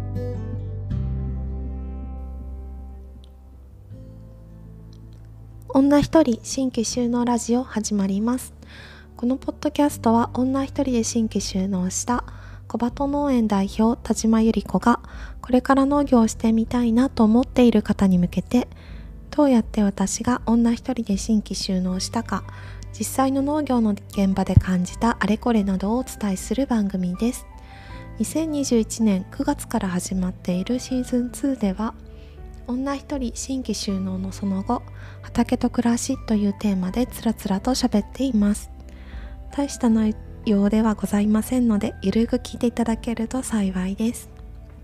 女一人新規収納ラジオ始まります。このポッドキャストは女一人で新規収納した小鳩農園代表田島由里子がこれから農業をしてみたいなと思っている方に向けて、どうやって私が女一人で新規収納したか、実際の農業の現場で感じたあれこれなどをお伝えする番組です。2021年9月から始まっているシーズン2では、女一人新規収納のその後、畑と暮らしというテーマでつらつらと喋っています。大した内容ではございませんので、ゆるく聞いていただけると幸いです。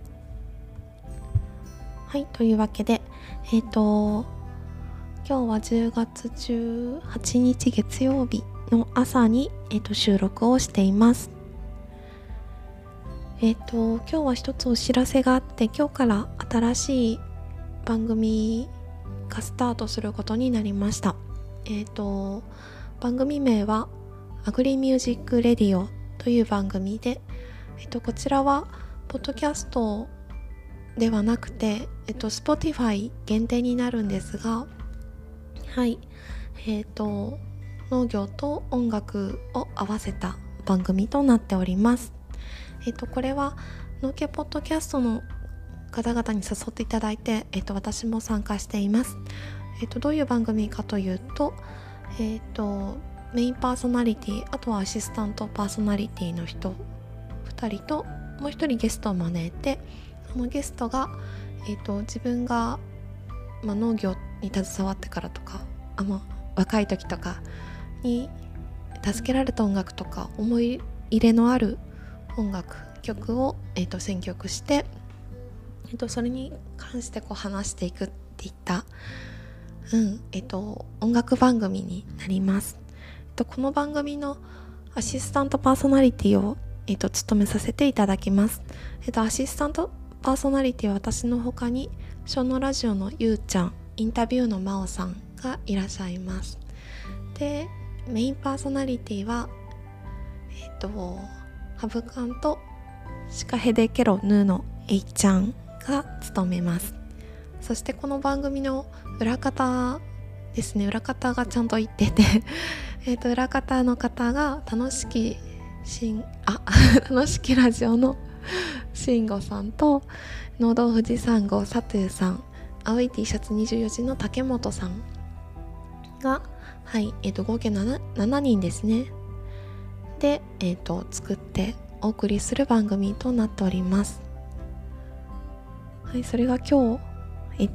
はい、というわけで、今日は10月18日月曜日の朝に、収録をしています。今日は一つお知らせがあって、今日から新しい番組がスタートすることになりました。番組名はアグリミュージックレディオという番組で、こちらはポッドキャストではなくて、Spotify 限定になるんですが、はい、農業と音楽を合わせた番組となっております。これは農家ポッドキャストの方々に誘っていただいて、私も参加しています。どういう番組かというと、メインパーソナリティ、あとはアシスタントパーソナリティの人2人ともう1人ゲストを招いて、そのゲストが、自分が、農業に携わってからとか、若い時とかに助けられた音楽とか思い入れのある音楽曲を、選曲して、それに関して話していくっていった、音楽番組になります。この番組のアシスタントパーソナリティを、務めさせていただきます。アシスタントパーソナリティは私の他に小脳ラジオのゆうちゃん、インタビューのまおさんがいらっしゃいます。で、メインパーソナリティはハブカンとシカヘデケロヌーのえいちゃんが務めます。そしてこの番組の裏方ですね、裏方がちゃんと言ってて裏方の方が楽しきラジオのしんごさんと、農道富士山号佐藤さん、青い T シャツ24時の竹本さんが、はい、合計 7人ですね。で、作ってお送りする番組となっております。はい、それが今日、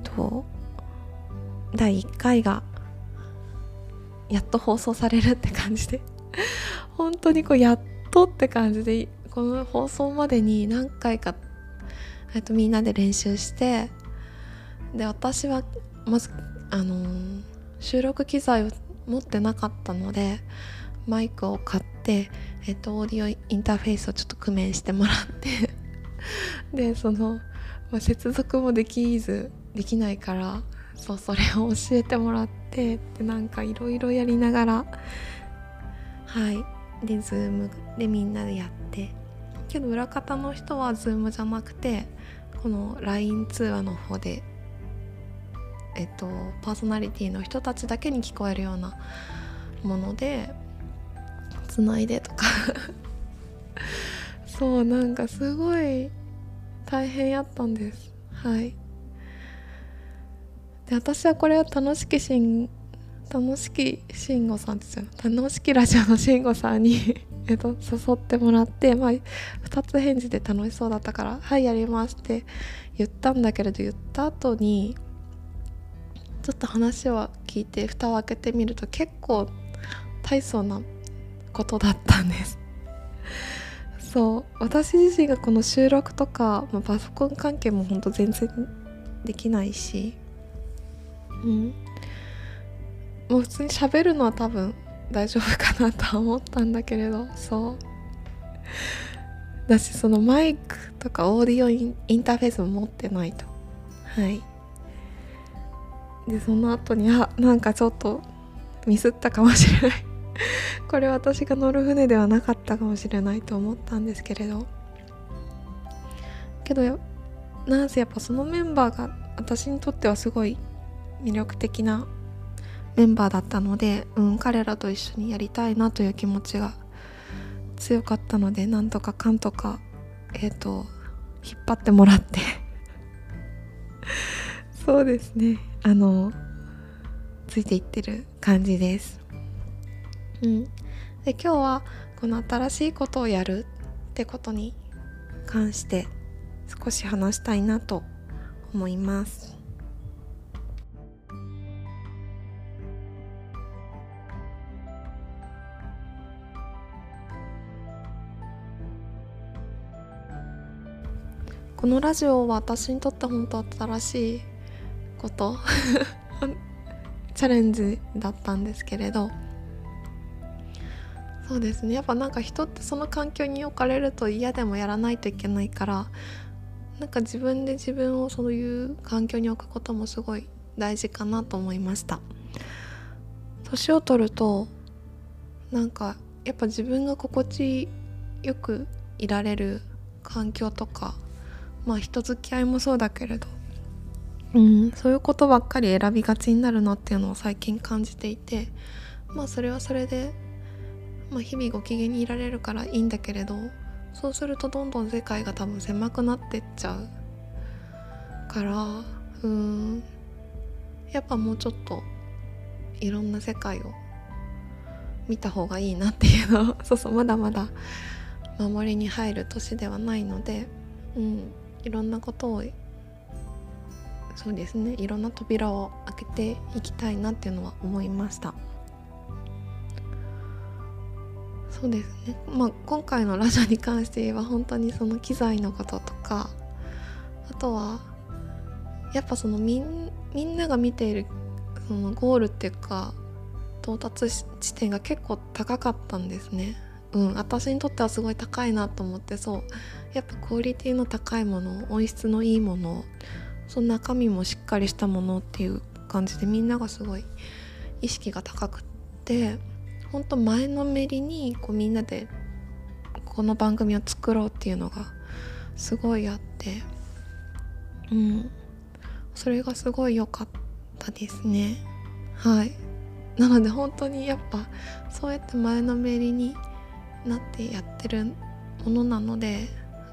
第1回がやっと放送されるって感じで本当にやっとって感じで、この放送までに何回かみんなで練習して、で、私はまず収録機材を持ってなかったので、マイクを買って、オーディオインターフェースをちょっと工面してもらってで、接続もできないから、それを教えてもらって、で、いろいろやりながら、はい、で、ズームでみんなでやって、けど裏方の人はズームじゃなくて、この LINE 通話の方で、パーソナリティの人たちだけに聞こえるようなものでつないでとかそう、すごい大変やったんです。はい。で、私はこれを楽しきしんごさんって言っちゃう、楽しきラジオのしんごさんに誘ってもらって、2つ返事で楽しそうだったから、はい、やりますって言ったんだけれど、言った後にちょっと話を聞いて蓋を開けてみると、結構大層なことだったんです。そう、私自身がこの収録とか、パソコン関係も本当全然できないし、もう普通に喋るのは多分大丈夫かなとは思ったんだけれど、そうだし、そのマイクとかオーディオインターフェースも持ってないと。はい。で、その後にちょっとミスったかもしれないこれ私が乗る船ではなかったかもしれないと思ったんですけれど、けどなんせやっぱそのメンバーが私にとってはすごい魅力的なメンバーだったので、彼らと一緒にやりたいなという気持ちが強かったので、なんとかかんとか引っ張ってもらってそうですね、ついていってる感じです。で今日はこの新しいことをやるってことに関して少し話したいなと思います。このラジオは私にとって本当新しいことチャレンジだったんですけれど、そうですね、やっぱなんか人ってその環境に置かれると嫌でもやらないといけないから、なんか自分で自分をそういう環境に置くこともすごい大事かなと思いました。年を取るとなんかやっぱ自分が心地よくいられる環境とか、人付き合いもそうだけれど、そういうことばっかり選びがちになるなっていうのを最近感じていて、それはそれで、日々ご機嫌にいられるからいいんだけれど、そうするとどんどん世界が多分狭くなってっちゃうから、やっぱもうちょっといろんな世界を見た方がいいなっていうのをまだまだ守りに入る年ではないので、いろんなことをそうですね、いろんな扉を開けていきたいなっていうのは思いました。そうですね、今回のラジオに関して言えば本当にその機材のこととか、あとはやっぱそのみんなが見ているそのゴールっていうか到達地点が結構高かったんですね。私にとってはすごい高いなと思って、やっぱクオリティの高いもの、音質のいいもの、その中身もしっかりしたものっていう感じでみんながすごい意識が高くって、本当前のめりにみんなでこの番組を作ろうっていうのがすごいあって、それがすごい良かったですね。はい。なので本当にやっぱそうやって前のめりになってやってるものなので、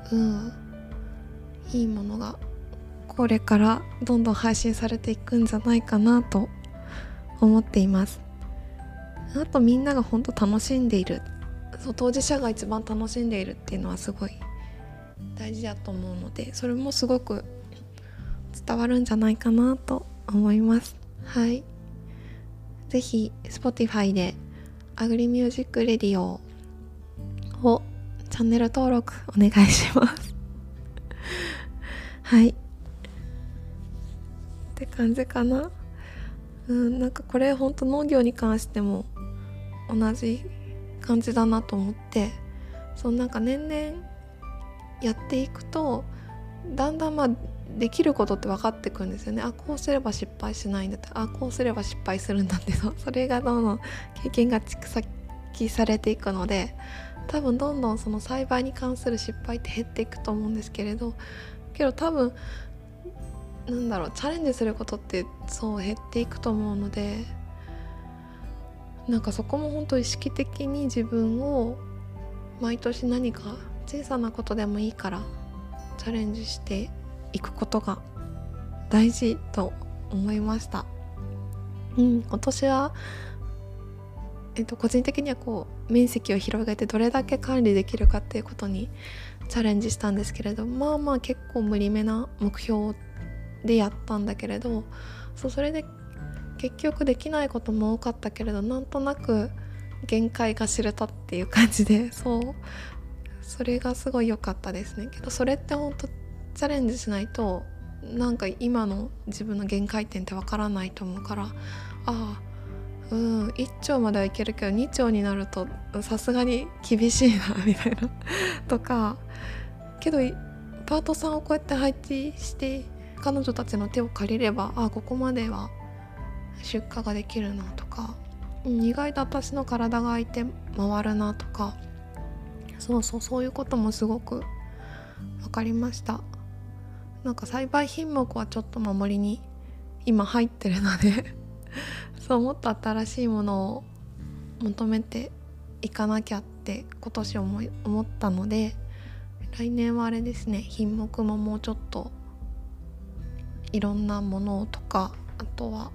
いいものがこれからどんどん配信されていくんじゃないかなと思っています。あとみんなが本当楽しんでいる、当事者が一番楽しんでいるっていうのはすごい大事だと思うので、それもすごく伝わるんじゃないかなと思います。はい。ぜひ Spotify でアグリミュージックレディオをチャンネル登録お願いしますはいって感じかな。なんかこれ本当農業に関しても同じ感じだなと思って、なんか年々やっていくとだんだんできることって分かってくるんですよね。こうすれば失敗しないんだって、こうすれば失敗するんだって、それがどんどん経験が蓄積されていくので、多分どんどんその栽培に関する失敗って減っていくと思うんですけど多分チャレンジすることって減っていくと思うので、なんかそこも本当意識的に自分を毎年何か小さなことでもいいからチャレンジしていくことが大事と思いました。今年は個人的には面積を広げてどれだけ管理できるかっていうことにチャレンジしたんですけれど、結構無理めな目標でやったんだけれど、それで結局できないことも多かったけれど、なんとなく限界が知れたっていう感じで、それがすごい良かったですね。けどそれって本当チャレンジしないとなんか今の自分の限界点ってわからないと思うから、1兆まではいけるけど2兆になるとさすがに厳しいなみたいなとか、けどパートさんをこうやって配置して彼女たちの手を借りればここまでは出荷ができるなとか、意外と私の体が空いて回るなとか、そういうこともすごく分かりました。 なんか栽培品目はちょっと守りに今入ってるのでそうもっと新しいものを求めていかなきゃって今年思ったので、来年はあれですね、品目ももうちょっといろんなものとか、あとは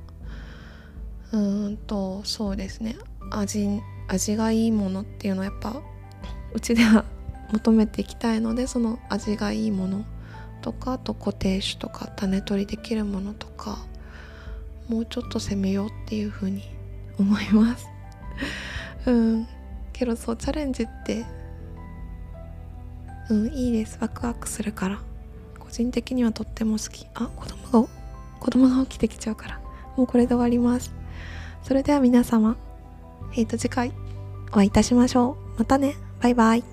そうですね、味がいいものっていうのはやっぱうちでは求めていきたいので、その味がいいものとか、あと固定種とか種取りできるものとかもうちょっと攻めようっていう風に思いますけどそう、チャレンジっていいです。ワクワクするから、個人的にはとっても好き。子供が起きてきちゃうから、もうこれで終わります。それでは皆様、次回お会いいたしましょう。またね、バイバイ。